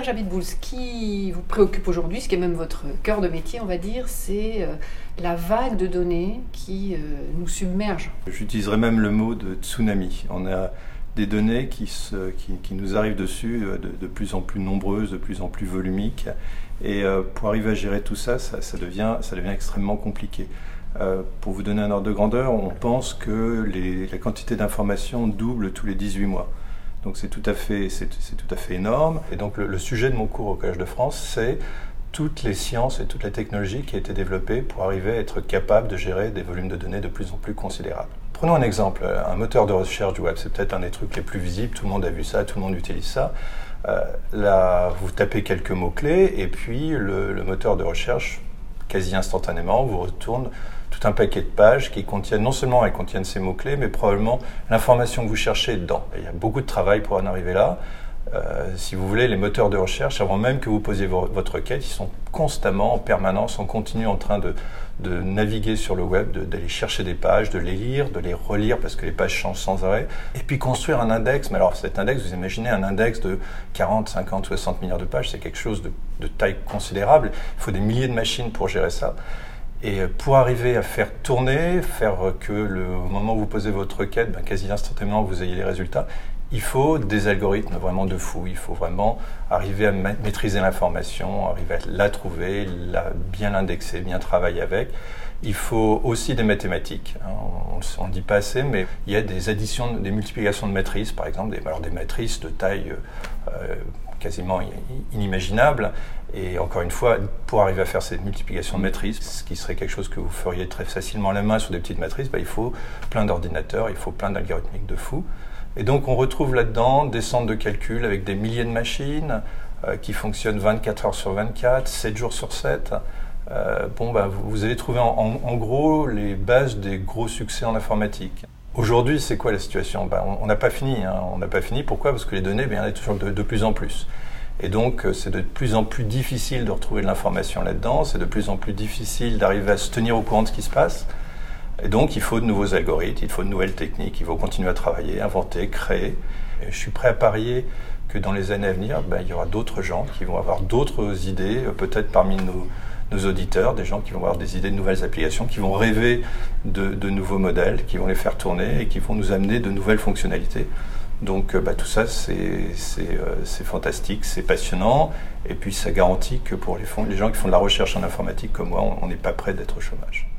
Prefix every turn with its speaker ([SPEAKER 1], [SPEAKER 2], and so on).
[SPEAKER 1] Serge Abiteboul, ce qui vous préoccupe aujourd'hui, ce qui est même votre cœur de métier, on va dire, c'est la vague de données qui nous submerge.
[SPEAKER 2] J'utiliserais même le mot de tsunami. On a des données qui nous arrivent dessus de plus en plus nombreuses, de plus en plus volumiques. Et pour arriver à gérer tout ça, ça devient extrêmement compliqué. Pour vous donner un ordre de grandeur, on pense que la quantité d'informations double tous les 18 mois. Donc c'est tout à fait énorme. Et donc le sujet de mon cours au Collège de France, c'est toutes les sciences et toutes les technologies qui ont été développées pour arriver à être capable de gérer des volumes de données de plus en plus considérables. Prenons un exemple, un moteur de recherche du web, c'est peut-être un des trucs les plus visibles, tout le monde a vu ça, tout le monde utilise ça. Là, vous tapez quelques mots-clés et puis le moteur de recherche, quasi instantanément, vous retourne tout un paquet de pages qui contiennent, non seulement elles contiennent ces mots-clés, mais probablement l'information que vous cherchez dedans. Et il y a beaucoup de travail pour en arriver là. Si vous voulez, les moteurs de recherche, avant même que vous posiez votre requête, ils sont constamment, en permanence, en continu en train de naviguer sur le web, d'aller chercher des pages, de les lire, de les relire parce que les pages changent sans arrêt, et puis construire un index. Mais alors cet index, vous imaginez un index de 40, 50, 60 milliards de pages, c'est quelque chose de taille considérable. Il faut des milliers de machines pour gérer ça. Et pour arriver à faire tourner, faire que au moment où vous posez votre requête, quasi instantanément vous ayez les résultats, il faut des algorithmes vraiment de fou. Il faut vraiment arriver à maîtriser l'information, arriver à la trouver, bien l'indexer, bien travailler avec. Il faut aussi des mathématiques. On ne le dit pas assez, mais il y a des additions, des multiplications de matrices, par exemple, des matrices de taille quasiment inimaginable. Et encore une fois, pour arriver à faire ces multiplications de matrices, ce qui serait quelque chose que vous feriez très facilement à la main sur des petites matrices, il faut plein d'ordinateurs, il faut plein d'algorithmiques de fou. Et donc on retrouve là-dedans des centres de calcul avec des milliers de machines qui fonctionnent 24 heures sur 24, 7 jours sur 7. Vous allez trouver en gros les bases des gros succès en informatique. Aujourd'hui, c'est quoi la situation ? On n'a pas fini. On n'a pas fini. Pourquoi ? Parce que les données, il y en a toujours de plus en plus. Et donc, c'est de plus en plus difficile de retrouver de l'information là-dedans. C'est de plus en plus difficile d'arriver à se tenir au courant de ce qui se passe. Et donc, il faut de nouveaux algorithmes, il faut de nouvelles techniques. Il faut continuer à travailler, inventer, créer. Et je suis prêt à parier que dans les années à venir, il y aura d'autres gens qui vont avoir d'autres idées, peut-être parmi nos auditeurs, des gens qui vont avoir des idées de nouvelles applications, qui vont rêver de nouveaux modèles, qui vont les faire tourner et qui vont nous amener de nouvelles fonctionnalités. Donc tout ça, c'est fantastique, c'est passionnant, et puis ça garantit que pour les gens qui font de la recherche en informatique comme moi, on n'est pas prêt d'être au chômage.